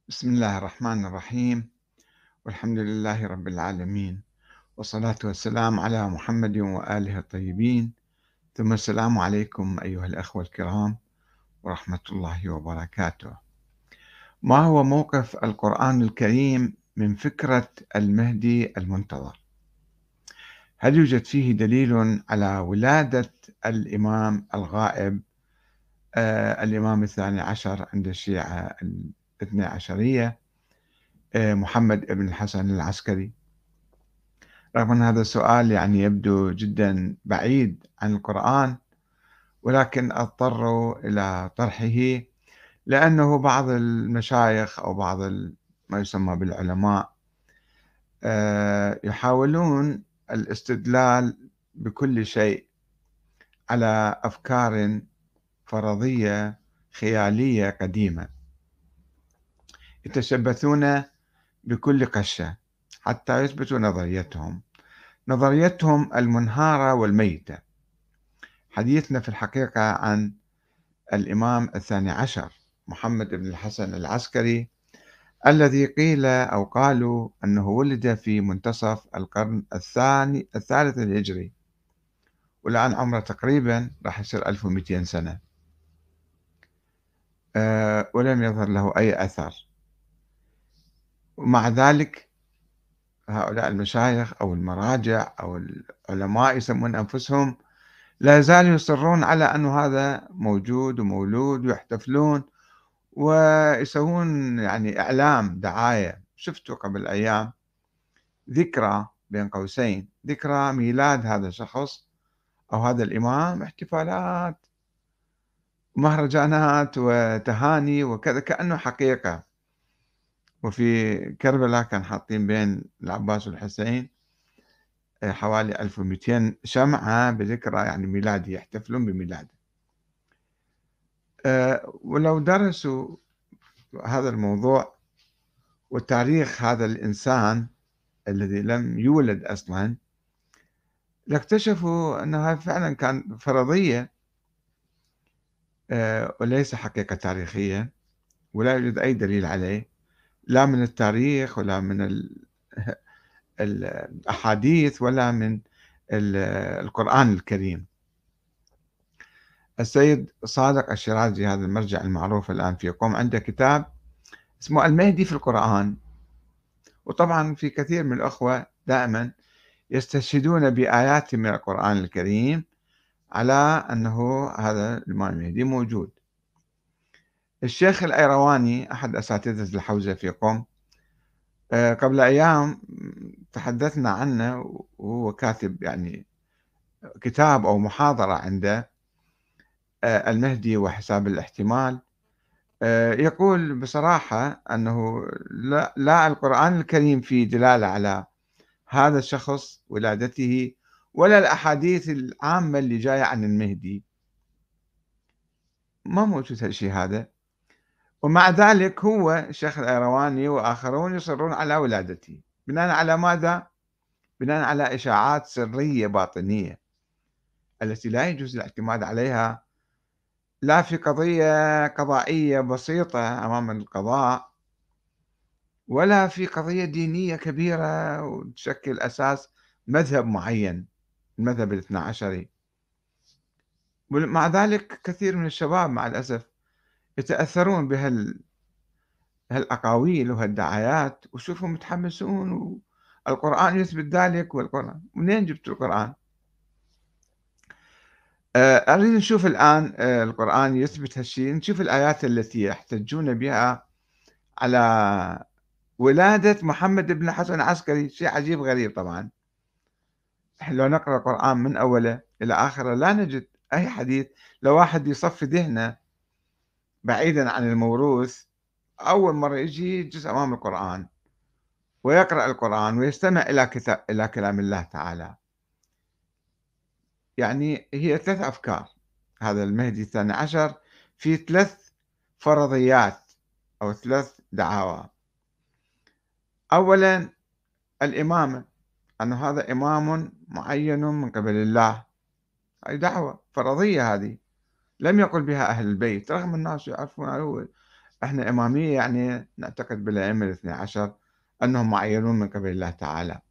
بسم الله الرحمن الرحيم، والحمد لله رب العالمين، والصلاة والسلام على محمد وآله الطيبين، ثم السلام عليكم أيها الأخوة الكرام ورحمة الله وبركاته. ما هو موقف القرآن الكريم من فكرة المهدي المنتظر؟ هل يوجد فيه دليل على ولادة الإمام الغائب، الإمام الثاني عشر عند الشيعة الاثنى عشرية، محمد بن الحسن العسكري؟ رغم أن هذا السؤال يبدو جدا بعيد عن القرآن، ولكن اضطروا إلى طرحه لأنه بعض المشايخ أو بعض ما يسمى بالعلماء يحاولون الاستدلال بكل شيء على أفكار فرضية خيالية قديمة، يتشبثون بكل قشة حتى يثبتوا نظريتهم المنهارة والميتة. حديثنا في الحقيقة عن الإمام الثاني عشر محمد بن الحسن العسكري، الذي قيل أو قالوا أنه ولد في منتصف القرن الثالث الهجري، والآن عمره تقريبا راح يصير 1200 سنة، ولم يظهر له أي أثر. ومع ذلك هؤلاء المشايخ أو المراجع أو العلماء يسمون أنفسهم لا زالوا يصرون على أن هذا موجود ومولود، ويحتفلون ويسوون إعلام دعاية. شفتوا قبل أيام ذكرى بين قوسين، ذكرى ميلاد هذا الشخص أو هذا الإمام، احتفالات ومهرجانات وتهاني وكذا كأنه حقيقة. وفي كربلاء كان حاطين بين العباس والحسين حوالي 1200 شمعة بذكرى ميلاده، يحتفلون بميلاده. ولو درسوا هذا الموضوع وتاريخ هذا الإنسان الذي لم يولد أصلا، لاكتشفوا أنها فعلا كان فرضية وليس حقيقة تاريخية، ولا يوجد أي دليل عليه، لا من التاريخ ولا من الأحاديث ولا من القرآن الكريم. السيد صادق الشيرازي، هذا المرجع المعروف الآن في قم، عنده كتاب اسمه المهدي في القرآن. وطبعا في كثير من الأخوة دائما يستشهدون بآيات من القرآن الكريم على أنه هذا الإمام المهدي موجود. الشيخ الأيرواني أحد أساتذة الحوزة في قم، قبل أيام تحدثنا عنه، وهو كاتب كتاب أو محاضرة عنده، المهدي وحساب الاحتمال. يقول بصراحة أنه لا القرآن الكريم فيه دلالة على هذا الشخص ولادته، ولا الأحاديث العامة اللي جاية عن المهدي، ما موجود هالشيء هذا. ومع ذلك هو الشيخ الأيرواني وآخرون يصرون على ولادته، بناء على ماذا؟ بناء على إشاعات سرية باطنية التي لا يجوز الاعتماد عليها، لا في قضية قضائية بسيطة أمام القضاء، ولا في قضية دينية كبيرة وتشكل أساس مذهب معين، المذهب الاثنى عشري. ومع ذلك كثير من الشباب مع الأسف يتأثرون هالأقاويل وهالدعايات، وشوفوا متحمسون، والقرآن يثبت ذلك. والقرآن منين جبت القرآن؟ أريد نشوف الآن القرآن يثبت هالشيء، نشوف الآيات التي يحتجون بها على ولادة محمد بن حسن العسكري. شيء عجيب غريب طبعا، لو نقرأ القرآن من أوله إلى آخره لا نجد أي حديث. لو واحد يصفي ذهنه بعيدا عن الموروث، أول مرة يجي يجلس أمام القرآن ويقرأ القرآن ويستمع إلى كلام الله تعالى. هي ثلاث أفكار. هذا المهدي الثاني عشر في ثلاث فرضيات أو ثلاث دعاوى. أولا الإمامة، أن هذا إمام معين من قبل الله، هذه دعوة فرضية، هذه لم يقل بها أهل البيت رغم الناس يعرفون هو إحنا إمامية يعني نعتقد بالأئمة الاثني عشر أنهم معينون من قبل الله تعالى.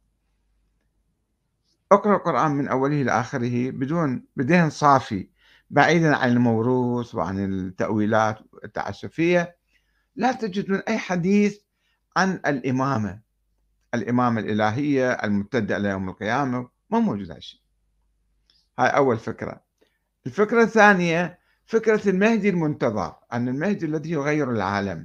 اقرأ القرآن من أوله لآخره بدون بذهن صافي، بعيدا عن الموروث وعن التأويلات التعسفية. لا تجدون أي حديث عن الإمامة الإلهية الممتدة إلى يوم القيامة، ما موجود هالشيء. هاي أول فكرة. الفكرة الثانية فكرة المهدي المنتظر، أن المهدي الذي يغير العالم.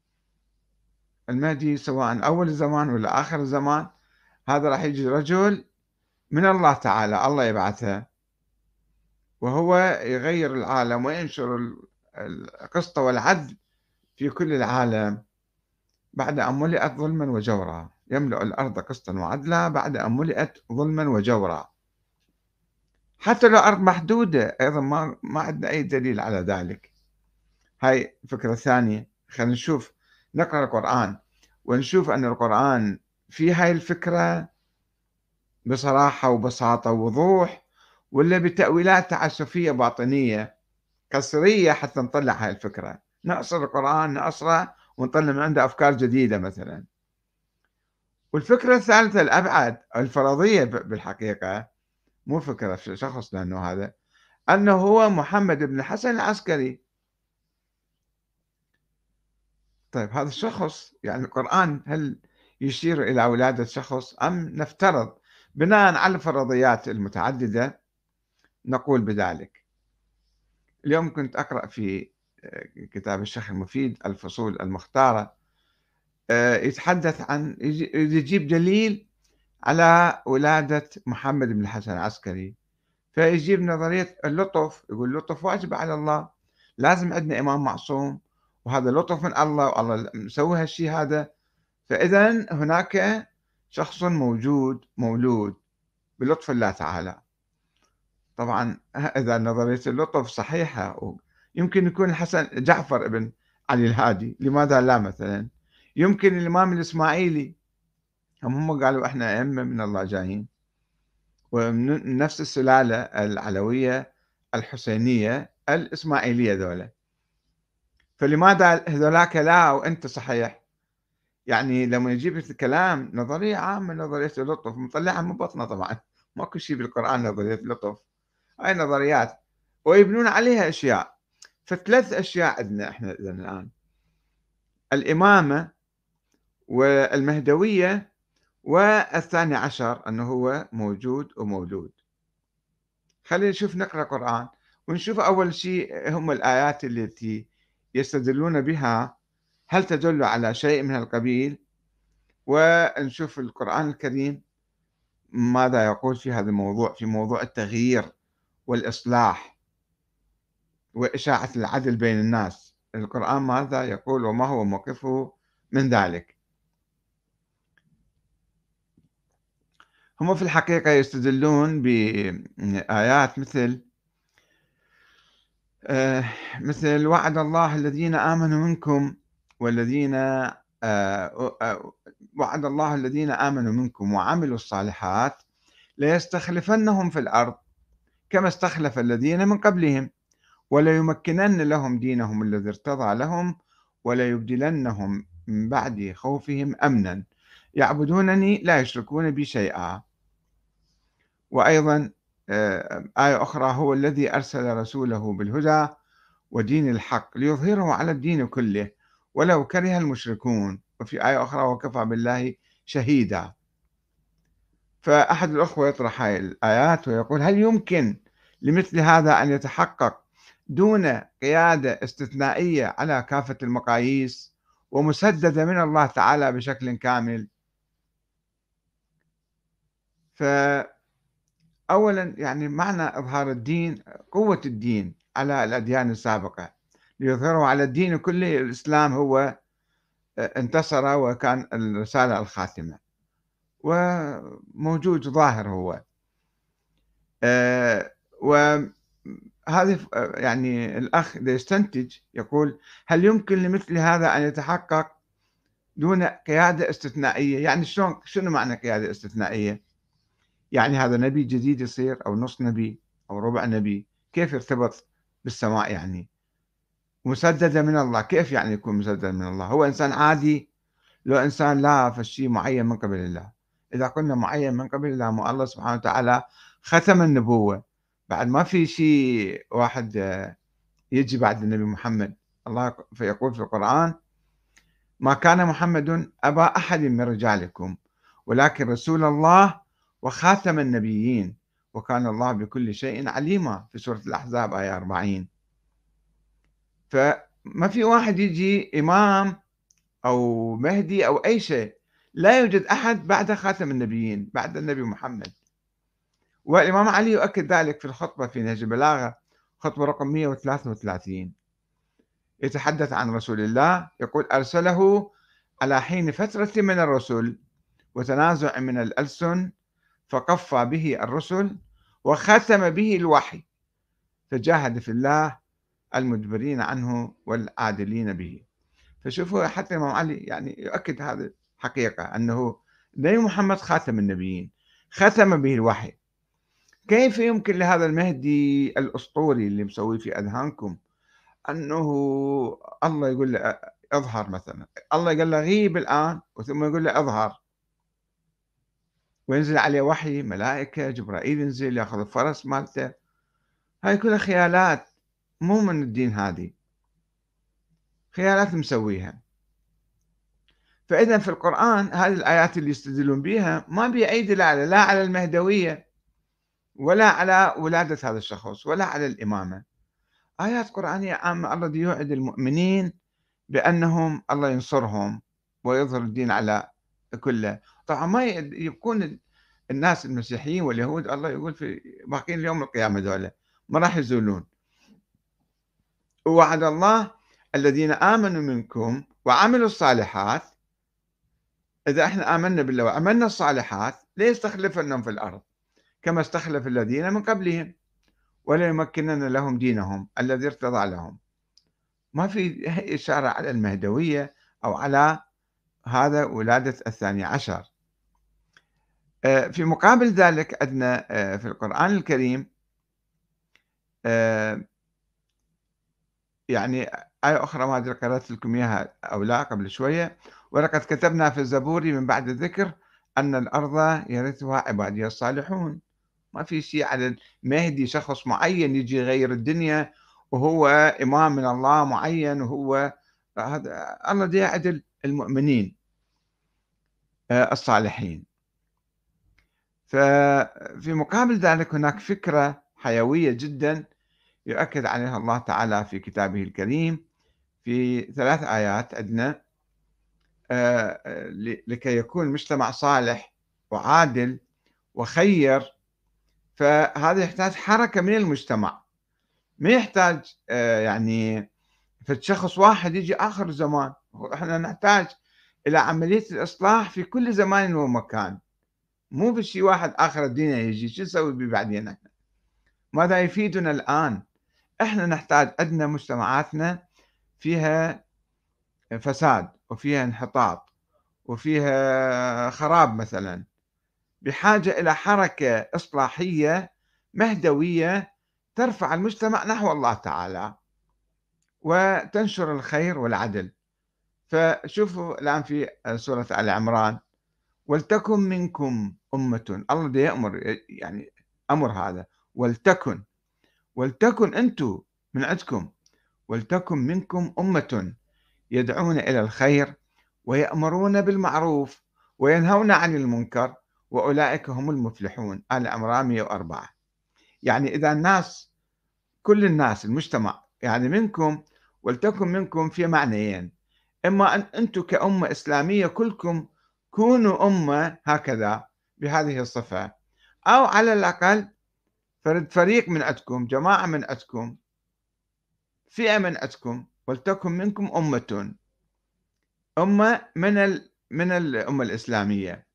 المهدي سواء أول الزمان ولا آخر الزمان، هذا راح يجي رجل من الله تعالى، الله يبعثه، وهو يغير العالم وينشر القسط والعدل في كل العالم بعد أن ملئت ظلما وجورا. يملأ الأرض قسطا وعدلا بعد أن ملئت ظلما وجورا. حتى لو أرض محدودة أيضا ما عندنا أي دليل على ذلك. هاي فكرة ثانية. خلينا نشوف، نقرأ القرآن ونشوف أن القرآن في هاي الفكرة بصراحة وبساطة ووضوح، ولا بتأويلات تعسفية باطنية قصرية حتى نطلع هاي الفكرة. نقصر القرآن، نقصره ونطلع من عنده أفكار جديدة مثلا. والفكرة الثالثة الأبعد الفرضية بالحقيقة، مو فكرة في شخص، لأنه هذا أنه هو محمد بن الحسن العسكري. طيب هذا الشخص، يعني القرآن هل يشير إلى ولادة شخص، أم نفترض بناء على الفرضيات المتعددة نقول بذلك؟ اليوم كنت أقرأ في كتاب الشيخ المفيد الفصول المختارة، يتحدث عن يجيب دليل على ولادة محمد بن الحسن العسكري، فيجيب نظرية اللطف، يقول اللطف واجب على الله، لازم عندنا إمام معصوم، وهذا لطف من الله والله مسوي هالشيء هذا. فإذا هناك شخص موجود مولود بلطف الله تعالى. طبعا إذا نظرية اللطف صحيحة، يمكن يكون الحسن جعفر ابن علي الهادي، لماذا لا مثلا؟ يمكن الإمام الإسماعيلي، هم قالوا إحنا أئمة من الله جايين، ومن نفس السلالة العلوية الحسينية الإسماعيلية ذولا، فلماذا هذولاك لا وأنت صحيح؟ يعني لما يجيب الكلام نظرية عامة، نظرية اللطف مطلعها من بطنه طبعا، ماكو شيء بالقرآن نظرية اللطف، هاي نظريات ويبنون عليها أشياء. فثلاث أشياء عندنا إحنا إذن الآن: الإمامة والمهدوية والثاني عشر أنه هو موجود ومولود. خلينا نشوف، نقرأ القرآن ونشوف أول شيء هم الآيات التي يستدلون بها، هل تدل على شيء من القبيل، ونشوف القرآن الكريم ماذا يقول في هذا الموضوع، في موضوع التغيير والإصلاح وإشاعة العدل بين الناس. القرآن ماذا يقول وما هو موقفه من ذلك؟ هم في الحقيقة يستدلون بآيات آه، مثل وعد الله الذين آمنوا منكم والذين وعد الله الذين آمنوا منكم وعملوا الصالحات ليستخلفنهم في الأرض كما استخلف الذين من قبلهم وليمكنن لهم دينهم الذي ارتضى لهم وليبدلنهم من بعد خوفهم أمنا يعبدونني لا يشركون بي شيئا. وأيضا آية أخرى: هو الذي أرسل رسوله بالهدى ودين الحق ليظهره على الدين كله ولو كره المشركون. وفي آية أخرى: وكفى بالله شهيدا. فأحد الأخوة يطرح هذه الآيات ويقول: هل يمكن لمثل هذا أن يتحقق دون قيادة استثنائية على كافة المقاييس ومسددة من الله تعالى بشكل كامل؟ فأولا يعني معنى إظهار الدين قوة الدين على الأديان السابقة، ليظهره على الدين كله. الإسلام هو انتصر وكان الرسالة الخاتمة وموجود ظاهر هو. وهذه يعني الأخ يستنتج يقول: هل يمكن لمثل هذا أن يتحقق دون قيادة استثنائية؟ يعني شلون، شنو معنى قيادة استثنائية؟ يعني هذا نبي جديد يصير أو نص نبي أو ربع نبي، كيف يرتبط بالسماء يعني؟ مسددة من الله. كيف يعني يكون مسدد من الله؟ هو إنسان عادي؟ لو إنسان لا فالشيء معين من قبل الله. إذا قلنا معين من قبل الله، مو الله سبحانه وتعالى ختم النبوة، بعد ما في شيء واحد يجي بعد النبي محمد. الله فيقول في القرآن: ما كان محمد أبا أحد من رجالكم ولكن رسول الله وخاتم النبيين وكان الله بكل شيء عليما، في سورة الأحزاب آية 40. فما في واحد يجي إمام أو مهدي أو أي شيء، لا يوجد أحد بعد خاتم النبيين بعد النبي محمد. والإمام علي يؤكد ذلك في الخطبة في نهج البلاغة، خطبة رقم 133، يتحدث عن رسول الله يقول: أرسله على حين فترة من الرسل وتنازع من الألسن فقفى به الرسل وختم به الوحي فجاهد في الله المدبرين عنه والعادلين به. فشوفوا حتى الإمام علي يعني يؤكد هذه الحقيقة، أنه النبي محمد خاتم النبيين، ختم به الوحي. كيف يمكن لهذا المهدي الأسطوري اللي مسويه في أذهانكم أنه الله يقول له اظهر مثلا، الله قال له غيب الآن وثم يقول له اظهر، وينزل عليه وحي، ملائكة، جبرائيل ينزل ياخذ الفرس مالته؟ هاي كلها خيالات، مو من الدين، هذه خيالات مسويها. فإذا في القرآن هذه الآيات اللي يستدلون بها ما بها أي دلالة، لا على المهدوية ولا على ولادة هذا الشخص ولا على الإمامة. آيات قرآنية عامة. الله يوعد المؤمنين بأنهم الله ينصرهم ويظهر الدين على كله. طبعا ما يبقون الناس المسيحيين واليهود، الله يقول في باقين اليوم القيامة ذولا ما راح يزولون. ووعد الله الذين آمنوا منكم وعملوا الصالحات. إذا إحنا آمنا بالله وعملنا الصالحات ليستخلفنهم في الأرض كما استخلف الذين من قبلهم ولا يمكنن لهم دينهم الذي ارتضى لهم. ما في إشارة على المهدوية أو على هذا ولادة الثاني عشر. في مقابل ذلك عندنا في القرآن الكريم يعني آية أخرى، ما أدري قرأت لكم إياها أو لا قبل شوية: ولقد كتبنا في الزبور من بعد الذكر أن الأرض يرثها عبادي الصالحون. ما في شيء على المهدي شخص معين يجي يغير الدنيا وهو إمام من الله معين، وهو هذا الله دي يعدل المؤمنين الصالحين. ففي مقابل ذلك هناك فكرة حيوية جدا يؤكد عليها الله تعالى في كتابه الكريم في 3 آيات عندنا: لكي يكون مجتمع صالح وعادل وخير، فهذا يحتاج حركة من المجتمع، ما يحتاج يعني فشخص واحد يجي آخر الزمان. احنا نحتاج إلى عملية الإصلاح في كل زمان ومكان، مو بشي واحد آخر الدنيا يجي شو نسوي به بعدين. احنا ماذا يفيدنا الآن؟ احنا نحتاج عندنا مجتمعاتنا فيها فساد وفيها انحطاط وفيها خراب مثلا، بحاجة إلى حركة إصلاحية مهدوية ترفع المجتمع نحو الله تعالى وتنشر الخير والعدل. فشوفوا الآن في سورة آل عمران: ولتكن منكم أمة. الله ده يأمر، يعني أمر هذا ولتكن، ولتكن أنتم من عندكم، ولتكن منكم أمة يدعون إلى الخير ويأمرون بالمعروف وينهون عن المنكر وأولئك هم المفلحون. آل عمران 104. يعني إذا الناس، كل الناس المجتمع، يعني منكم، ولتكن منكم في معنيين: إما أن أنتم كأمة إسلامية كلكم كونوا أمة هكذا بهذه الصفة، أو على الأقل فريق من عندكم، جماعة من عندكم، فئة من عندكم. ولتكن منكم أمة من الأمة الإسلامية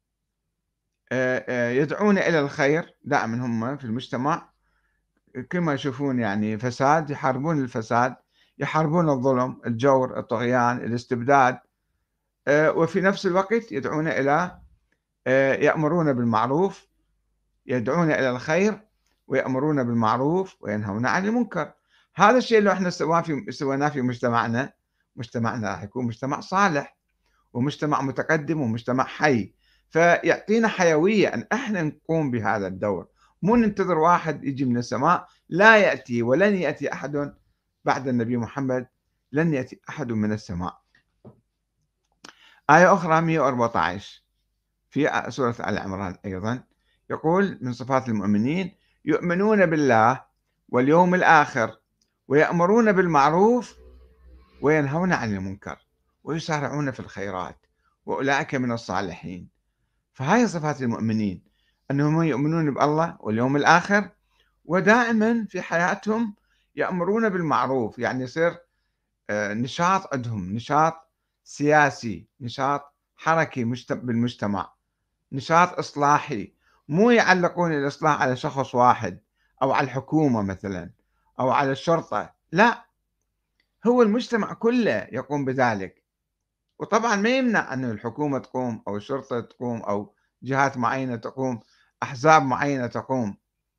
يدعون إلى الخير دائما. هم في المجتمع كما يشوفون يعني فساد يحاربون الفساد، يحاربون الظلم، الجور، الطغيان، الاستبداد، وفي نفس الوقت يدعون إلى يأمرون بالمعروف، يدعون إلى الخير ويأمرون بالمعروف وينهون عن المنكر. هذا الشيء اللي إحنا سويناه في مجتمعنا راح يكون مجتمع صالح ومجتمع متقدم ومجتمع حي، فيعطينا حيوية أن إحنا نقوم بهذا الدور، مو ننتظر واحد يجي من السماء. لا يأتي ولن يأتي أحد بعد النبي محمد، لن يأتي أحد من السماء. آية أخرى 114 في سورة آل عمران أيضا، يقول من صفات المؤمنين: يؤمنون بالله واليوم الآخر ويأمرون بالمعروف وينهون عن المنكر ويسارعون في الخيرات وأولئك من الصالحين. فهاي صفات المؤمنين، أنهم يؤمنون بالله واليوم الآخر، ودائما في حياتهم يأمرون بالمعروف، يعني يصير نشاط عندهم، نشاط سياسي، نشاط حركي بالمجتمع، نشاط إصلاحي. مو يعلقون الإصلاح على شخص واحد أو على الحكومة مثلا أو على الشرطة، لا، هو المجتمع كله يقوم بذلك. وطبعا ما يمنع أن الحكومة تقوم أو الشرطة تقوم أو جهات معينة تقوم، أحزاب معينة تقوم،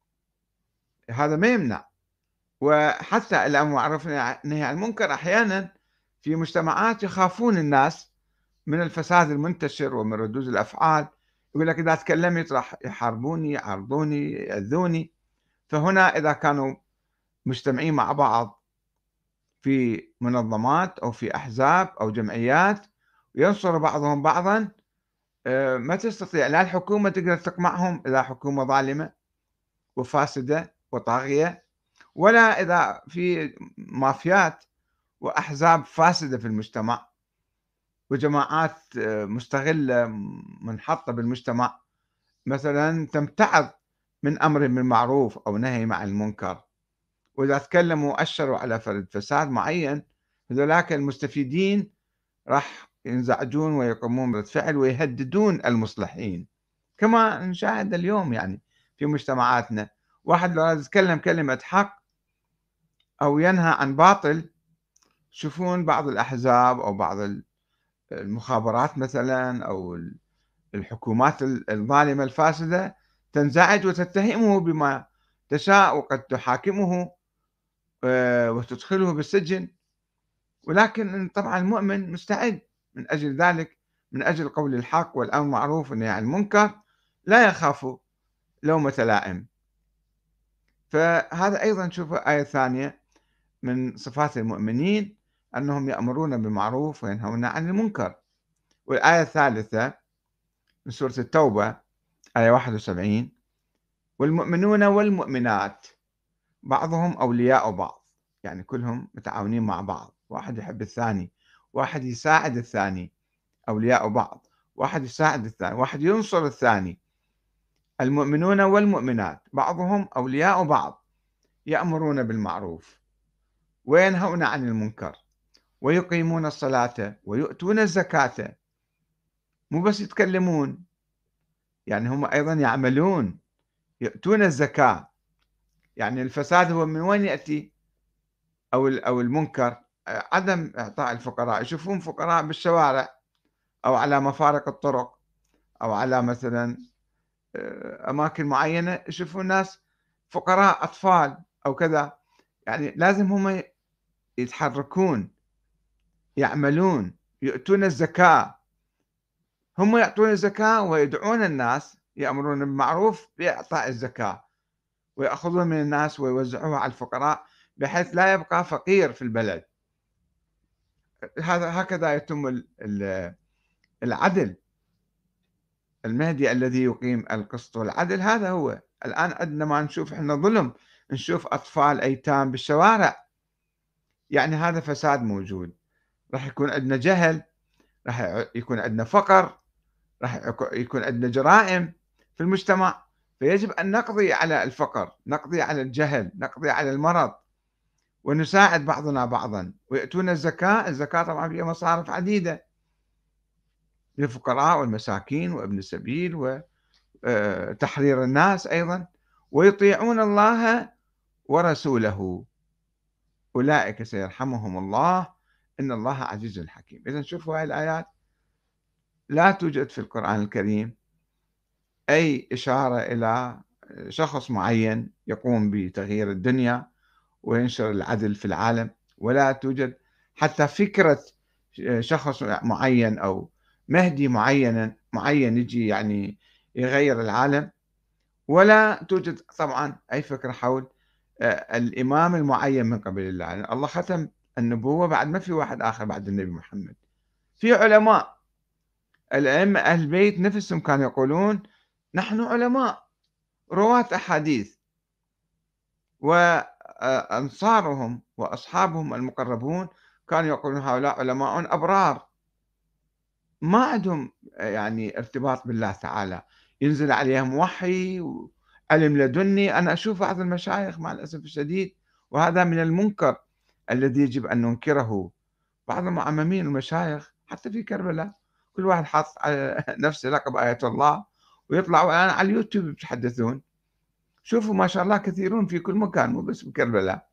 هذا ما يمنع. وحتى الأمر بالمعروف والنهي عن المنكر أحيانا في مجتمعات يخافون الناس من الفساد المنتشر ومن ردود الأفعال، يقول لك إذا تكلمت راح يحاربوني، يعرضوني، يأذوني. فهنا إذا كانوا مجتمعين مع بعض في منظمات أو في أحزاب أو جمعيات وينصر بعضهم بعضا، ما تستطيع لا الحكومة تقدر تقمعهم إذا حكومة ظالمة وفاسدة وطاغية، ولا إذا في مافيات وأحزاب فاسدة في المجتمع وجماعات مستغلة منحطة بالمجتمع، مثلا تمتعض من أمر بالمعروف أو نهي عن المنكر، وإذا تكلموا وأشروا على فساد معين، هذولاك المستفيدين راح ينزعجون ويقومون برد فعل ويهددون المصلحين، كما نشاهد اليوم يعني في مجتمعاتنا. واحد لو يتكلم كلمة حق أو ينهى عن باطل، تشوفون بعض الأحزاب أو بعض المخابرات مثلا أو الحكومات الظالمة الفاسدة تنزعج وتتهمه بما تشاء، وقد تحاكمه وتدخله بالسجن. ولكن طبعا المؤمن مستعد من أجل ذلك، من أجل قول الحق والأمر بالمعروف والنهي عن المنكر، لا يخاف لومة لائم. فهذا أيضا نشوفه آية ثانية من صفات المؤمنين، أنهم يأمرون بالمعروف وينهون عن المنكر. والآية الثالثة من سورة التوبة آية 71: والمؤمنون والمؤمنات بعضهم أولياء بعض، يعني كلهم متعاونين مع بعض، واحد يحب الثاني، واحد يساعد الثاني، أولياء بعض، واحد يساعد الثاني، واحد ينصر الثاني. المؤمنون والمؤمنات بعضهم أولياء بعض، يأمرون بالمعروف وينهون عن المنكر ويقيمون الصلاة ويؤتون الزكاة. مو بس يتكلمون، يعني هم أيضا يعملون، يؤتون الزكاة. يعني الفساد هو من وين يأتي؟ أو المنكر عدم إعطاء الفقراء، يشوفون فقراء بالشوارع أو على مفارق الطرق أو على مثلا أماكن معينة، يشوفون ناس فقراء أطفال أو كذا، يعني لازم هم يتحركون، يعملون، يؤتون الزكاة. هم يعطون الزكاة ويدعون الناس، يأمرون بالمعروف بإعطاء الزكاة، ويأخذون من الناس ويوزعوها على الفقراء بحيث لا يبقى فقير في البلد. هكذا يتم العدل. المهدي الذي يقيم القسط والعدل هذا هو. الآن عندنا ما نشوف احنا ظلم، نشوف أطفال أيتام بالشوارع، يعني هذا فساد موجود. راح يكون عندنا جهل، راح يكون عندنا فقر، راح يكون عندنا جرائم في المجتمع. فيجب أن نقضي على الفقر، نقضي على الجهل، نقضي على المرض، ونساعد بعضنا بعضا. ويأتون الزكاة، الزكاة طبعا فيها مصارف عديدة للفقراء والمساكين وابن السبيل وتحرير الناس أيضا. ويطيعون الله ورسوله أولئك سيرحمهم الله إن الله عزيز حكيم. إذا شوفوا هاي الآيات لا توجد في القرآن الكريم أي إشارة إلى شخص معين يقوم بتغيير الدنيا وينشر العدل في العالم، ولا توجد حتى فكرة شخص معين أو مهدي معين يجي يعني يغير العالم، ولا توجد طبعا أي فكرة حول الإمام المعين من قبل الله. يعني الله ختم النبوة، بعد ما في واحد آخر بعد النبي محمد. في علماء، الأئمة أهل البيت نفسهم كانوا يقولون نحن علماء رواة أحاديث، وأنصارهم وأصحابهم المقربون كانوا يقولون هؤلاء علماء أبرار ما عندهم يعني ارتباط بالله تعالى، ينزل عليهم وحي وعلم لدني. أنا أشوف بعض المشايخ مع الأسف الشديد، وهذا من المنكر الذي يجب أن ننكره. بعض المعممين المشايخ حتى في كربلاء كل واحد حاط على نفسه لقب آية الله، ويطلعوا الآن على اليوتيوب يتحدثون. شوفوا ما شاء الله كثيرون في كل مكان مو بس بكربلاء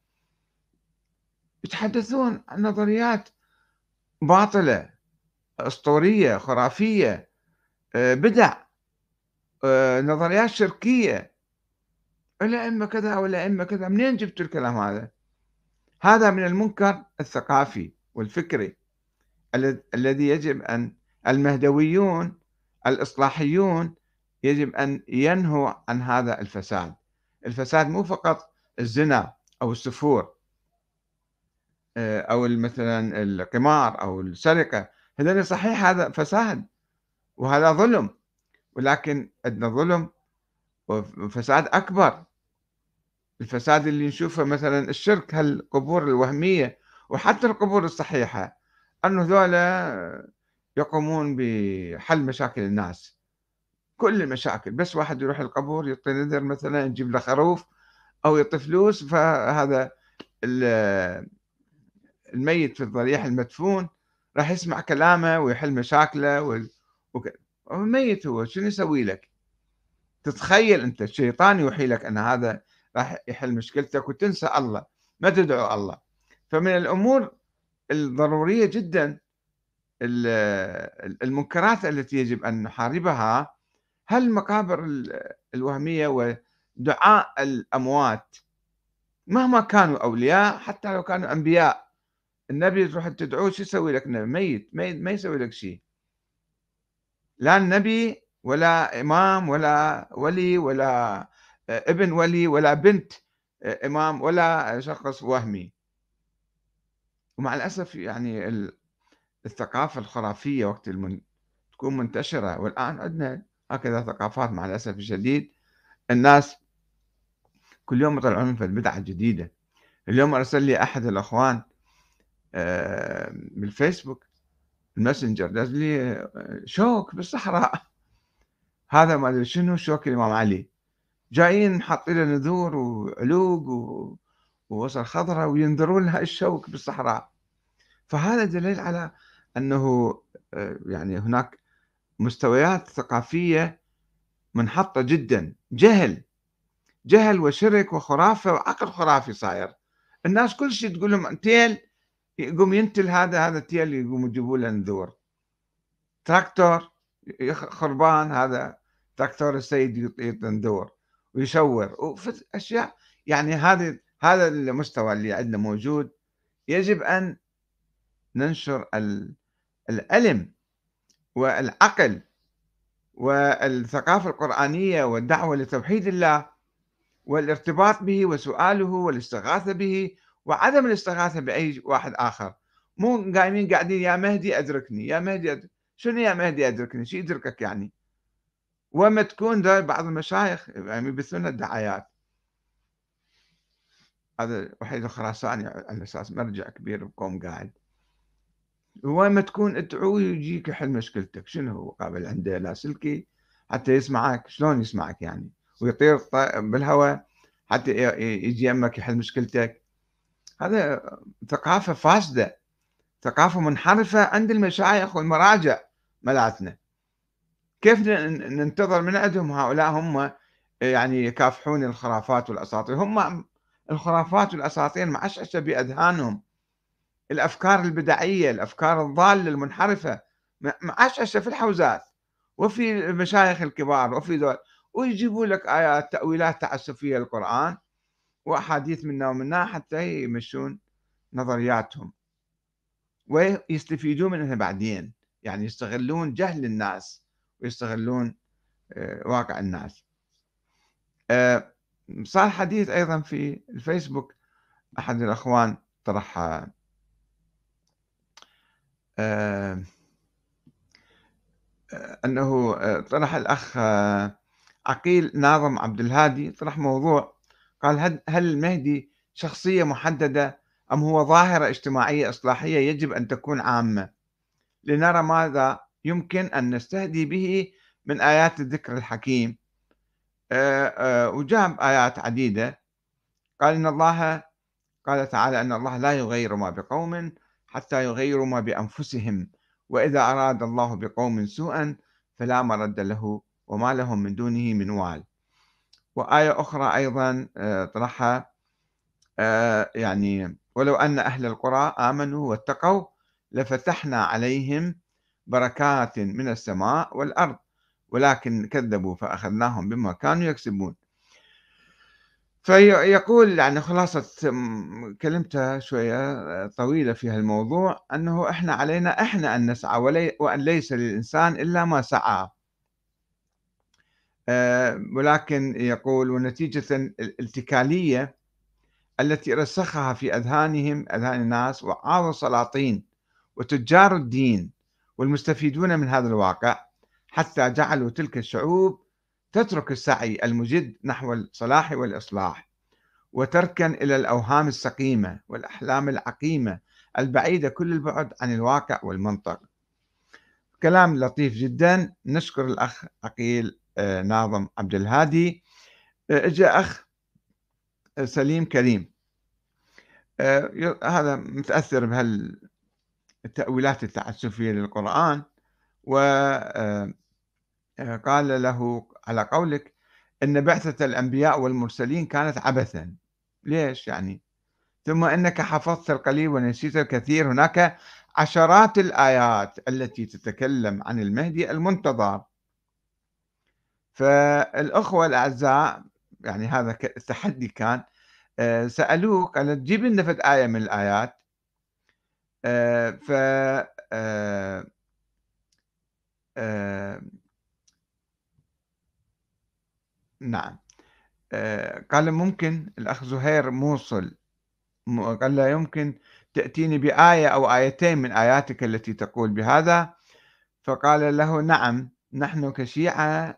يتحدثون عن نظريات باطلة أسطورية خرافية، بدع، نظريات شركية، الأئمة كذا والأئمة كذا. منين جبتوا الكلام هذا؟ هذا من المنكر الثقافي والفكري الذي يجب أن المهدويون الإصلاحيون يجب أن ينهوا عن هذا الفساد. الفساد مو فقط الزنا أو السفور أو مثلا القمار أو السرقة، هذا صحيح هذا فساد وهذا ظلم، ولكن عندنا ظلم وفساد أكبر. الفساد اللي نشوفه مثلا الشرك، هالقبور الوهمية وحتى القبور الصحيحة، أنه ذولا يقومون بحل مشاكل الناس، كل المشاكل. بس واحد يروح القبور يعطي نذر مثلا يجيب له خروف أو يعطي فلوس، فهذا الميت في الضريح المدفون راح يسمع كلامه ويحل مشاكله هو ميت، هو شنو يسوي لك؟ تتخيل أنت الشيطان يوحي لك أن هذا راح يحل مشكلتك وتنسى الله، ما تدعو الله. فمن الأمور الضرورية جدا المنكرات التي يجب أن نحاربها هالمقابر الوهمية ودعاء الأموات مهما كانوا أولياء، حتى لو كانوا أنبياء. النبي تروح تدعوه شو يسوي لك؟ ميت ما يسوي لك شيء، لا النبي ولا إمام ولا ولي ولا ابن ولي ولا بنت إمام ولا شخص وهمي. ومع الأسف يعني الثقافة الخرافية وقت تكون منتشرة، والآن عندنا هكذا ثقافات مع الأسف الشديد. الناس كل يوم يطلعون في بدعة جديدة. اليوم أرسل لي أحد الأخوان بالفيسبوك الماسنجر، داز لي شوك بالصحراء. هذا ما أدري شنو شوك الإمام علي، جايين حاطين له نذور وعلوق ووصل خضراء وينذرون لها الشوك بالصحراء. فهذا دليل على أنه يعني هناك مستويات ثقافية منحطة جدا، جهل وشرك وخرافة وعقل خرافي صاير. الناس كل شيء تقول لهم تيل، يقوم ينتل هذا التيل، يقوم يجيبوا له نذور. تراكتور خربان، هذا تراكتور السيد يعطي نذور ويشور أشياء. يعني هذا المستوى اللي عندنا موجود. يجب أن ننشر العلم والعقل والثقافة القرآنية والدعوة لتوحيد الله والارتباط به وسؤاله والاستغاثة به وعدم الاستغاثة بأي واحد آخر. مو قاعدين يا مهدي أدركني، يا مهدي شنو يا مهدي أدركني؟ شو يدركك يعني؟ وما تكون بعض المشايخ يعني يبثون الدعايات. هذا وحيد الخراساني على أساس مرجع كبير بقوم قاعد، وما تكون ادعوه يجيك يحل مشكلتك. شنو هو قابل عنده لاسلكي حتى يسمعك؟ شلون يسمعك يعني؟ ويطير بالهواء حتى يجي يمك يحل مشكلتك؟ هذا ثقافة فاسدة، ثقافة منحرفة عند المشايخ والمراجع ملاتنا. كيف ننتظر من عندهم هؤلاء هم يعني يكافحون الخرافات والأساطير؟ هم الخرافات والأساطير معشعشة بأذهانهم، الأفكار البدعية، الأفكار الضالة المنحرفة معشعشة في الحوزات وفي المشايخ الكبار وفي دول، ويجيبوا لك آيات تأويلات تعسفية للقرآن وأحاديث منا ومنا حتى يمشون نظرياتهم ويستفيدون منها بعدين، يعني يستغلون جهل الناس ويستغلون واقع الناس. صار حديث أيضا في الفيسبوك، أحد الأخوان طرح أنه طرح الأخ عقيل ناظم عبد الهادي طرح موضوع، قال هل المهدي شخصية محددة أم هو ظاهرة اجتماعية إصلاحية يجب أن تكون عامة، لنرى ماذا يمكن أن نستهدي به من آيات الذكر الحكيم. وجاب آيات عديدة، قال إن الله قال تعالى أن الله لا يغير ما بقوم حتى يغيروا ما بأنفسهم، وإذا أراد الله بقوم سوءا فلا مرد له وما لهم من دونه من وال. وآية أخرى أيضا طرحها، يعني ولو أن أهل القرى آمنوا واتقوا لفتحنا عليهم بركات من السماء والأرض ولكن كذبوا فأخذناهم بما كانوا يكسبون. فيقول يعني خلاصة كلمته شوية طويلة في هالموضوع، أنه إحنا علينا إحنا أن نسعى وأن ليس للإنسان إلا ما سعى. ولكن يقول ونتيجة الاتكالية التي رسخها في أذهانهم أذهان الناس وعاظ السلاطين وتجار الدين والمستفيدون من هذا الواقع حتى جعلوا تلك الشعوب تترك السعي المجد نحو الصلاح والإصلاح وتركن إلى الأوهام السقيمة والأحلام العقيمة البعيدة كل البعد عن الواقع والمنطق. كلام لطيف جدا. نشكر الأخ عقيل ناظم عبد الهادي. اجى أخ سليم كريم، هذا متأثر بهالتأويلات التعسفية للقرآن، وقال له على قولك أن بعثة الأنبياء والمرسلين كانت عبثا. ليش يعني؟ ثم إنك حفظت القليل ونسيت الكثير. هناك عشرات الآيات التي تتكلم عن المهدي المنتظر. فالأخوة الأعزاء يعني هذا التحدي كان، سألوه قال جيب لنا فد آية من الآيات. ف نعم. قال ممكن الأخ زهير موصل قال له يمكن تأتيني بآية أو آيتين من آياتك التي تقول بهذا. فقال له نعم، نحن كشيعة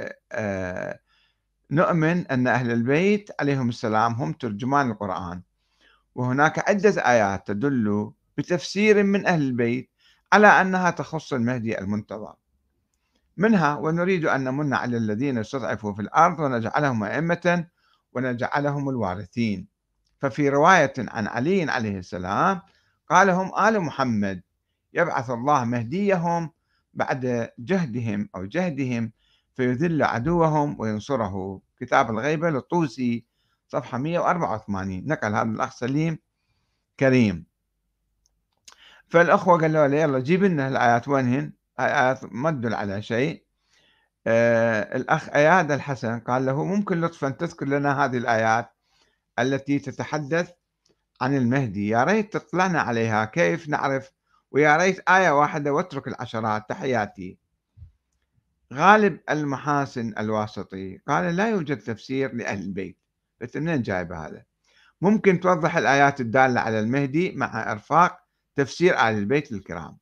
نؤمن أن أهل البيت عليهم السلام هم ترجمان القرآن، وهناك عدة آيات تدل بتفسير من أهل البيت على أنها تخص المهدي المنتظر، منها ونريد أن نمن على الذين استضعفوا في الأرض ونجعلهم أئمة ونجعلهم الوارثين. ففي رواية عن علي عليه السلام قال هم آل محمد يبعث الله مهديهم بعد جهدهم أو جهدهم فيذل عدوهم وينصره. كتاب الغيبة للطوسي صفحة 184. نقل هذا الأخ سليم كريم. فالأخوة قالوا له يلا جيب لنا الآيات وينهن، آيات ما تدل على شيء. الأخ أياد الحسن قال له ممكن لطفا تذكر لنا هذه الآيات التي تتحدث عن المهدي، يا ريت تطلعنا عليها كيف نعرف، ويا ريت آية واحدة واترك العشرات. تحياتي. غالب المحاسن الواسطي قال لا يوجد تفسير لأهل البيت. قلت منين جايب هذا؟ ممكن توضح الآيات الدالة على المهدي مع إرفاق تفسير آل البيت الكرام.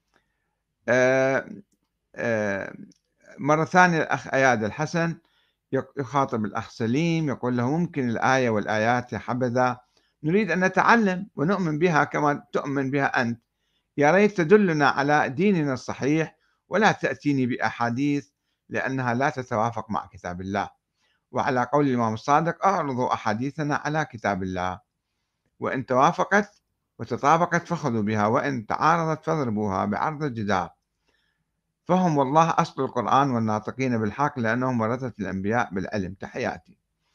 مرة ثانية الأخ أياد الحسن يخاطب الأخ سليم يقول له ممكن الآية والآيات يا حبذا نريد أن نتعلم ونؤمن بها كما تؤمن بها أنت، يا ريت تدلنا على ديننا الصحيح ولا تأتيني بأحاديث لأنها لا تتوافق مع كتاب الله. وعلى قول الإمام الصادق أعرضوا أحاديثنا على كتاب الله، وإن توافقت وتطابقت فخذوا بها وإن تعارضت فاضربوها بعرض الجدار. فهم والله أصل القرآن والناطقين بالحق لأنهم ورثة الأنبياء بالعلم. تحياتي.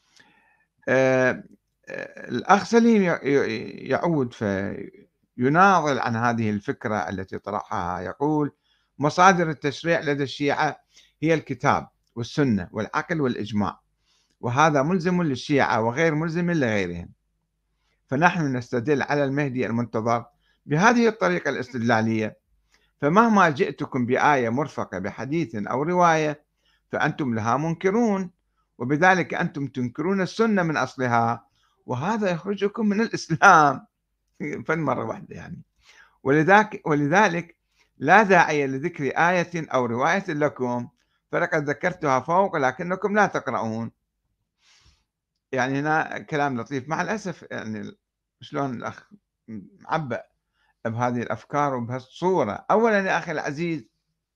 الأخ سليم يعود فيناضل عن هذه الفكرة التي طرحها. يقول مصادر التشريع لدى الشيعة هي الكتاب والسنة والعقل والإجماع، وهذا ملزم للشيعة وغير ملزم لغيرهم. فنحن نستدل على المهدي المنتظر بهذه الطريقة الاستدلالية. فمهما جئتكم بآية مرفقة بحديث أو رواية فأنتم لها منكرون، وبذلك أنتم تنكرون السنة من أصلها، وهذا يخرجكم من الإسلام. فن مرة واحدة يعني. ولذلك لا داعي لذكر آية أو رواية لكم، فلقد ذكرتها فوق لكنكم لا تقرؤون. يعني هنا كلام لطيف، مع الأسف يعني شلون الأخ معبأ بهذه الأفكار وبهالصورة. أولا يا أخي العزيز،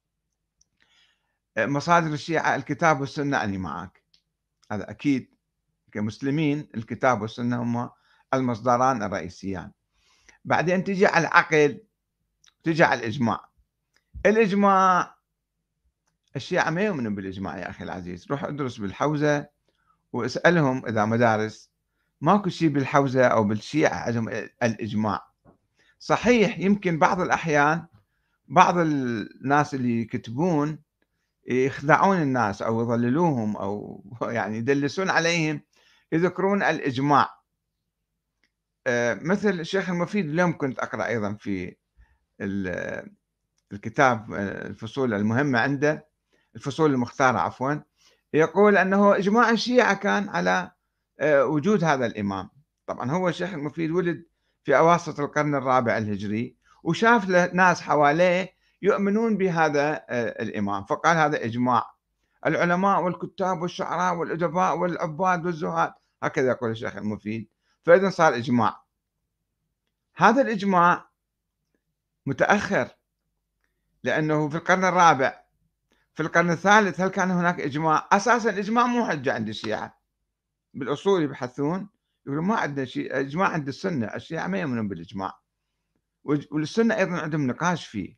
مصادر الشيعة الكتاب والسنة، أنا معك، هذا أكيد. كمسلمين الكتاب والسنة هما المصدران الرئيسيان. بعدين تجي على العقل، تجي على الإجماع. الإجماع، الشيعة ما يؤمنون بالإجماع يا أخي العزيز. روح ادرس بالحوزة واسألهم إذا مدارس، ماكو شيء بالحوزة أو بالشيعة عندهم الإجماع. صحيح يمكن بعض الأحيان بعض الناس اللي يكتبون يخدعون الناس أو يضللوهم أو يعني يدلسون عليهم، يذكرون الإجماع. مثل الشيخ المفيد اليوم كنت أقرأ أيضا في الكتاب الفصول المهمة عنده، الفصول المختارة عفوا، يقول أنه إجماع الشيعة كان على وجود هذا الإمام. طبعا هو الشيخ المفيد ولد في أواسط القرن الرابع الهجري، وشاف ناس حواليه يؤمنون بهذا الإمام، فقال هذا إجماع العلماء والكتاب والشعراء والأدباء والعباد والزهاد، هكذا يقول الشيخ المفيد. فإذا صار إجماع. هذا الإجماع متأخر، لأنه في القرن الرابع. في القرن الثالث هل كان هناك إجماع؟ أساسا الإجماع مو حجة عند الشيعة. بالأصول يبحثون يقولون ما عندنا شيء إجماع عند السنة، الشيعة ما يؤمنون بالإجماع، والسنة أيضا عندهم نقاش فيه.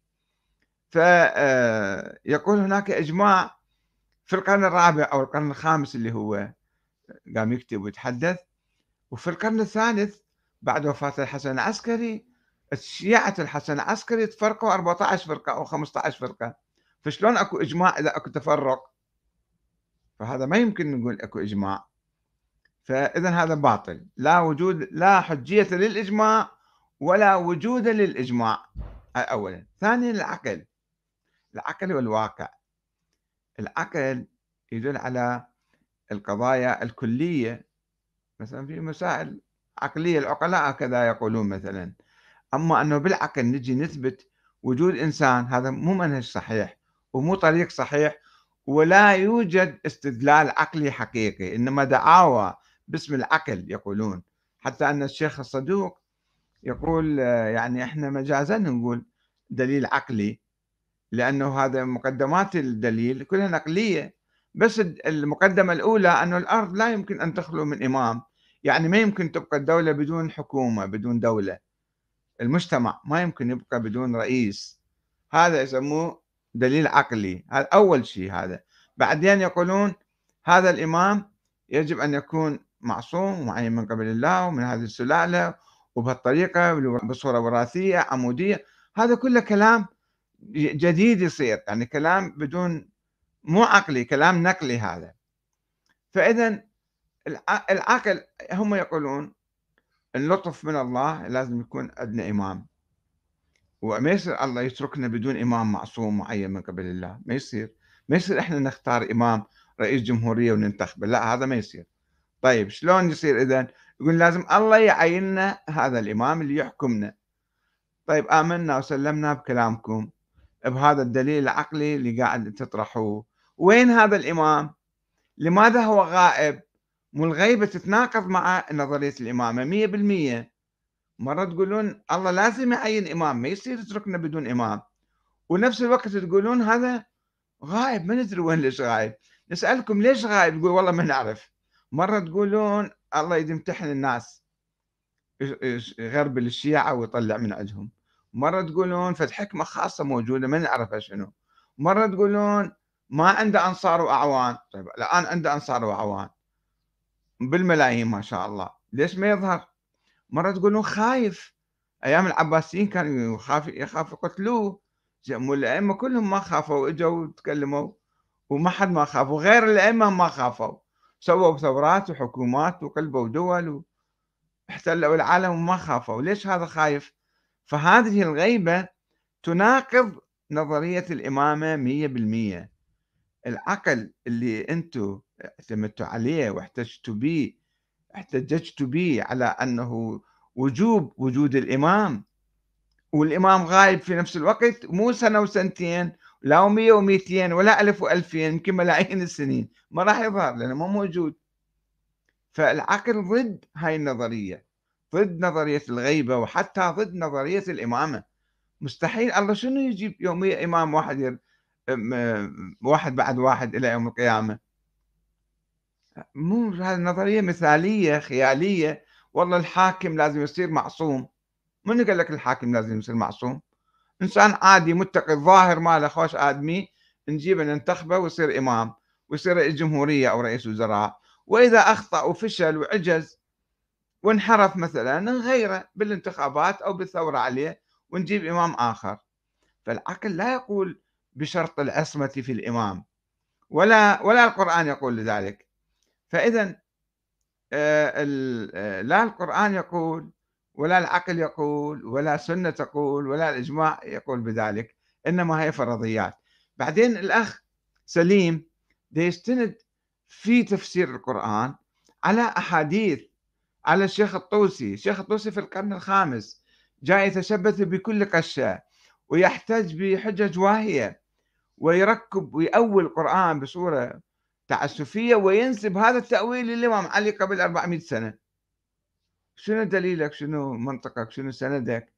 فيقول هناك إجماع في القرن الرابع أو القرن الخامس اللي هو قام يكتب ويتحدث. وفي القرن الثالث بعد وفاة الحسن العسكري، شيعة الحسن العسكري تفرقوا 14 فرقة أو 15 فرقة. فشلون أكو إجماع إذا أكو تفرق؟ فهذا ما يمكن نقول أكو إجماع. فإذا هذا باطل، لا وجود، لا حجية للإجماع ولا وجود للإجماع. أولا. ثانيا العقل، العقل والواقع. العقل يدل على القضايا الكلية، مثلا في مسائل عقلية العقلاء هكذا يقولون مثلا. أما أنه بالعقل نجي نثبت وجود إنسان، هذا مو منهج صحيح ومو طريق صحيح، ولا يوجد استدلال عقلي حقيقي، إنما دعاوى باسم العقل يقولون. حتى أن الشيخ الصدوق يقول يعني إحنا مجازا نقول دليل عقلي، لأنه هذا مقدمات الدليل كلها نقلية. بس المقدمة الأولى أنه الأرض لا يمكن أن تخلو من إمام، يعني ما يمكن تبقى الدولة بدون حكومة، بدون دولة. المجتمع ما يمكن يبقى بدون رئيس. هذا يسموه دليل عقلي، هذا أول شيء. هذا بعدين يقولون هذا الإمام يجب أن يكون معصوم ومعين من قبل الله ومن هذه السلالة وبهالطريقة بصورة وراثية عمودية. هذا كله كلام جديد يصير، يعني كلام بدون، مو عقلي، كلام نقلي هذا. فإذا العقل، هم يقولون اللطف من الله لازم يكون عندنا إمام، وما يصير الله يتركنا بدون إمام معصوم معين من قبل الله. ما يصير. ما يصير إحنا نختار إمام رئيس جمهورية وننتخبه، لا هذا ما يصير. طيب شلون يصير إذن؟ يقول لازم الله يعين لنا هذا الإمام اللي يحكمنا. طيب آمنا وسلمنا بكلامكم بهذا الدليل العقلي اللي قاعد تطرحوه. وين هذا الإمام؟ لماذا هو غائب؟ مو الغيبة تتناقض مع نظرية الإمامة 100%. مرة تقولون الله لازم يعين إمام، ما يصير يتركنا بدون إمام، ونفس الوقت تقولون هذا غايب ما ندري وين، ليش غايب؟ نسألكم ليش غايب؟ تقول والله ما نعرف. مرة تقولون الله يمتحن الناس، يغربل الشيعة ويطلع من عندهم. مرة تقولون فد حكمة خاصة موجودة ما نعرفها شنو. مرة تقولون ما عنده أنصار وأعوان. طيب الآن عنده أنصار وأعوان بالملايين ما شاء الله، ليش ما يظهر؟ مرة تقولون خايف، أيام العباسيين كانوا يخاف يقتلوه. مو الأئمة كلهم ما خافوا، إجوا وتكلموا وما حد ما خافوا، غير الأئمة ما خافوا. سووا ثورات وحكومات وقلبوا دول واحتلوا العالم وما خافوا. ليش هذا خايف؟ فهذه الغيبة تناقض نظرية الإمامة 100%. العقل اللي أنتم اعتمدتوا عليه احتججتوا به على أنه وجود الإمام، والإمام غايب في نفس الوقت، مو سنة وسنتين، لا 100 و200 ولا 1000 و2000، يمكن ملايين السنين ما راح يظهر لأنه مو موجود. فالعقل ضد هاي النظرية، ضد نظرية الغيبة، وحتى ضد نظرية الإمامة. مستحيل الله شنو يجيب يومية إمام واحد واحد بعد واحد إلى يوم القيامة. مو هذه نظرية مثالية خيالية. والله الحاكم لازم يصير معصوم. من قال لك الحاكم لازم يصير معصوم؟ إنسان عادي متقي الظاهر ماله خوش آدمي نجيبه ننتخبه ويصير إمام ويصير رئيس جمهورية أو رئيس وزراء. وإذا أخطأ وفشل وعجز وانحرف مثلا نغيره بالانتخابات أو بالثورة عليه ونجيب إمام آخر. فالعقل لا يقول بشرط العصمة في الإمام، ولا القرآن يقول لذلك. فإذا لا القرآن يقول ولا العقل يقول ولا سنة تقول ولا الإجماع يقول بذلك، إنما هي فرضيات. بعدين الأخ سليم يستند في تفسير القرآن على أحاديث، على الشيخ الطوسي. الشيخ الطوسي في القرن الخامس جاء يتشبث بكل قشة ويحتج بحجج واهية ويركب ويأول القرآن بصورة تعسفية وينسب هذا التأويل للإمام علي قبل 400 سنة. شنو دليلك؟ شنو منطقك؟ شنو سندك؟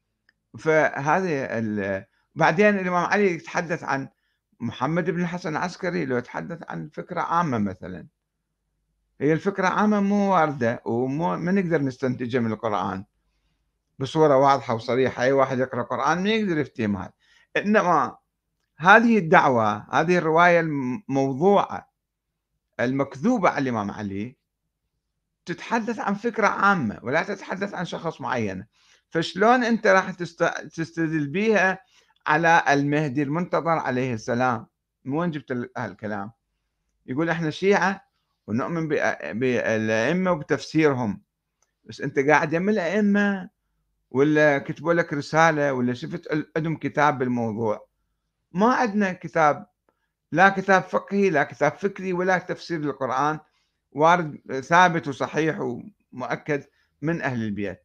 بعدين الإمام علي يتحدث عن محمد بن الحسن العسكري، لو يتحدث عن فكرة عامة مثلا، هي الفكرة عامة مو واردة ومو ما نقدر نستنتجها من القرآن بصورة واضحة وصريحة. أي واحد يقرأ القرآن ما يقدر يفتهم هذا. إنما هذه الدعوة، هذه الرواية الموضوعة المكذوبة على الإمام علي تتحدث عن فكرة عامة ولا تتحدث عن شخص معين. فشلون أنت راح تستدل بيها على المهدي المنتظر عليه السلام؟ من وين جبت هالكلام؟ يقول إحنا شيعة ونؤمن بالأئمة وبتفسيرهم. بس أنت قاعد يم الأئمة ولا كتبوا لك رسالة ولا شفت عندهم كتاب بالموضوع؟ ما عندنا كتاب، لا كتاب فقهي لا كتاب فكري ولا تفسير للقرآن وارد ثابت وصحيح ومؤكد من أهل البيت.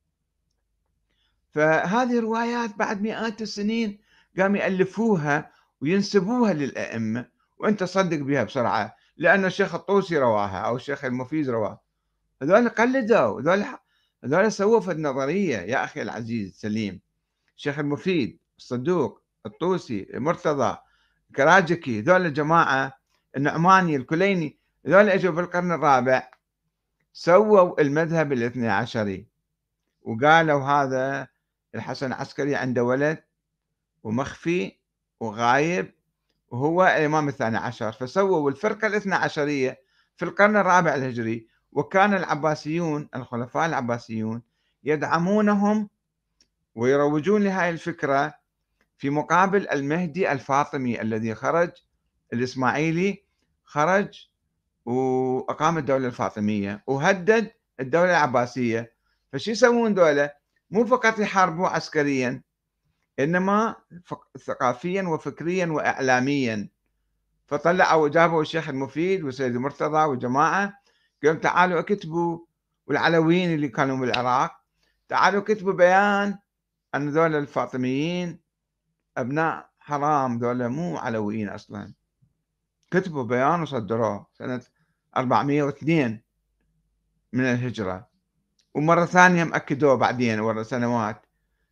فهذه روايات بعد مئات السنين قام يألفوها وينسبوها للأئمة، وأنت صدق بها بسرعة لأن الشيخ الطوسي رواها أو الشيخ المفيد رواها. هذول قلدوا، هذول سووا في النظرية يا أخي العزيز سليم. الشيخ المفيد، الصدوق، الطوسي، مرتضى، كراجكي، ذول الجماعة، النعماني، الكليني، ذول اجوا في القرن الرابع سووا المذهب الاثني عشري وقالوا هذا الحسن العسكري عنده ولد ومخفي وغايب وهو الإمام الثاني عشر. فسووا الفرقة الاثنى عشرية في القرن الرابع الهجري، وكان العباسيون الخلفاء العباسيون يدعمونهم ويروجون لهذه الفكرة في مقابل المهدي الفاطمي الذي خرج، الإسماعيلي خرج وأقام الدولة الفاطمية وهدد الدولة العباسية. فشو يسوون دولة؟ مو فقط يحاربوا عسكريا إنما ثقافيا وفكريا وإعلاميا. فطلعوا وجابوا الشيخ المفيد وسيد مرتضى وجماعة قالوا تعالوا اكتبوا، والعلويين اللي كانوا بالعراق تعالوا كتبوا بيان أن ذول الفاطميين أبناء حرام، ذولا مو علويين أصلا. كتبوا بيان وصدروه سنة 402 من الهجرة، ومرة ثانية مأكدوه بعدين ورا سنوات.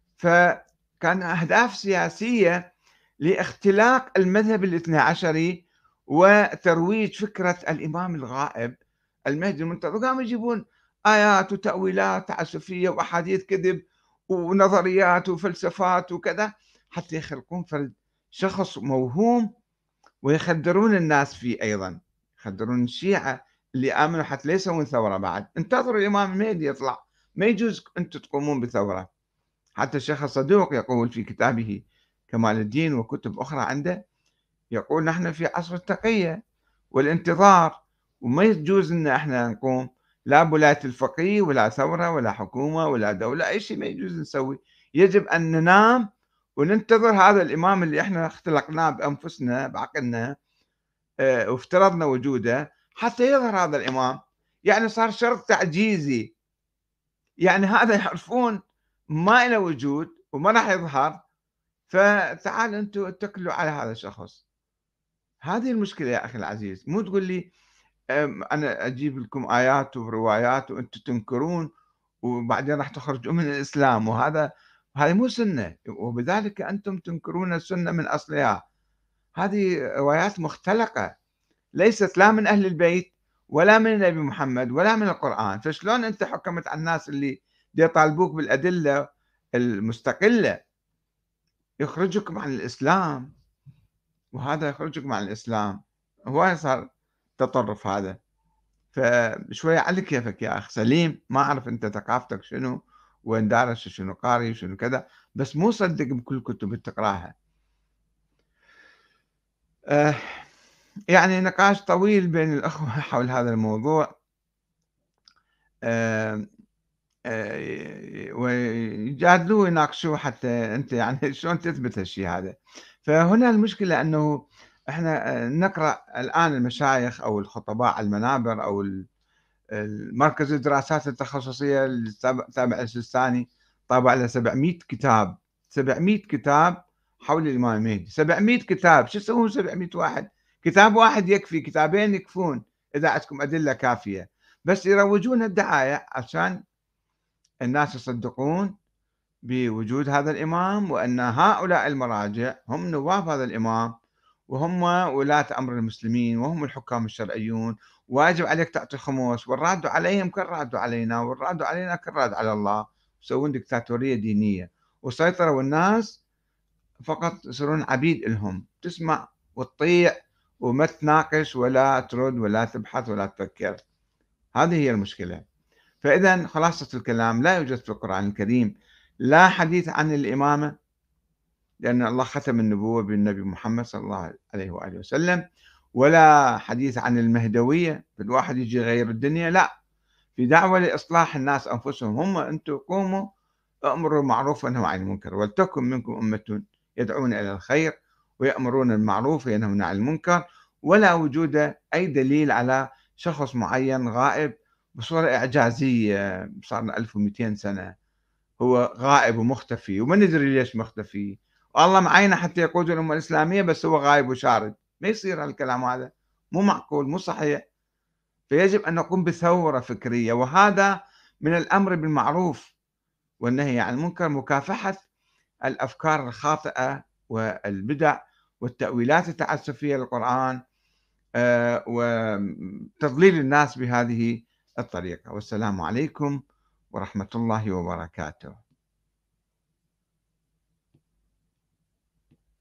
فكان أهداف سياسية لاختلاق المذهب الاثني عشري وترويج فكرة الإمام الغائب المهدي المنتظر. قاموا يجيبون آيات وتأويلات تعسفية وأحاديث كذب ونظريات وفلسفات وكذا حتى يخلقون فرد شخص موهوم ويخدرون الناس فيه. أيضا يخدرون الشيعة اللي آمنوا حتى لا يسوون ثورة. بعد انتظروا الإمام المهدي يطلع، ما يجوز أنتم تقومون بثورة. حتى الشيخ الصدوق يقول في كتابه كمال الدين وكتب أخرى عنده، يقول نحن في عصر التقية والانتظار وما يجوز إن إحنا نقوم لا بولاية الفقيه ولا ثورة ولا حكومة ولا دولة، أي شيء ما يجوز نسوي. يجب أن ننام وننتظر هذا الإمام اللي إحنا اختلقناه بأنفسنا بعقلنا، وافترضنا وجوده حتى يظهر هذا الإمام. يعني صار شرط تعجيزي، يعني هذا يعرفون ما له وجود وما راح يظهر، فتعالوا أنتم اتكلوا على هذا الشخص. هذه المشكلة يا أخي العزيز، مو تقول لي أنا أجيب لكم آيات وروايات وأنتم تنكرون وبعدين راح تخرجون من الإسلام، هذه مو سنة، وبذلك أنتم تنكرون السنة من أصلها. هذه روايات مختلقة ليست لا من أهل البيت ولا من النبي محمد ولا من القرآن، فشلون أنت حكمت على الناس اللي دي يطالبوك بالأدلة المستقلة يخرجكم عن الإسلام، وهذا يخرجكم عن الإسلام. هو صار تطرف هذا. فشوية على كيفك يا أخ سليم، ما أعرف أنت ثقافتك شنو، وين دارس وشنو قاري وشنو كذا، بس مو صدق بكل الكتب اللي تقراها. آه يعني نقاش طويل بين الأخوة حول هذا الموضوع، آه ويجادلوه ويناقشوه حتى أنت يعني شلون تثبت هالشيء هذا. فهنا المشكلة أنه إحنا نقرأ الآن المشايخ أو الخطباء على المنابر أو المركز الدراسات التخصصية تابع السيستاني طابع له 700 كتاب، 700 كتاب حول الإمام المهدي. 700 كتاب، شو يسوون 700 واحد؟ كتاب واحد يكفي، كتابين يكفون إذا عندكم أدلة كافية، بس يروجون الدعاية عشان الناس يصدقون بوجود هذا الإمام، وأن هؤلاء المراجع هم نواب هذا الإمام، وهم ولاة أمر المسلمين، وهم الحكام الشرعيون، واجب عليك تعطي خمس، والراد عليهم كالراد علينا، والراد علينا كالراد على الله. يسوون دكتاتورية دينية وسيطروا الناس، فقط يصيرون عبيد لهم، تسمع وتطيع وما تناقش ولا ترد ولا تبحث ولا تفكر. هذه هي المشكلة. فإذا خلاصة الكلام، لا يوجد في القرآن الكريم لا حديث عن الإمامة، لأن الله ختم النبوة بالنبي محمد صلى الله عليه وآله وسلم، ولا حديث عن المهدوية، الواحد يجي يغير الدنيا، لا. في دعوة لإصلاح الناس أنفسهم، هم أنتم قوموا أمروا بالمعروف وانهوا عن المنكر، ولتكن منكم أمة يدعون إلى الخير ويأمرون بالمعروف وينهون عن المنكر، ولا وجود أي دليل على شخص معين غائب بصورة إعجازية صار لنا 1200 سنة هو غائب ومختفي وما ندري ليش مختفي، والله معينه حتى يقود الأمة الإسلامية بس هو غايب وشارد. ما يصير هالكلام هذا، مو معقول، مو صحيح. فيجب أن نقوم بثورة فكرية، وهذا من الأمر بالمعروف والنهي عن المنكر، مكافحة الأفكار الخاطئة والبدع والتأويلات التعسفية للقرآن، وتضليل الناس بهذه الطريقة. والسلام عليكم ورحمة الله وبركاته.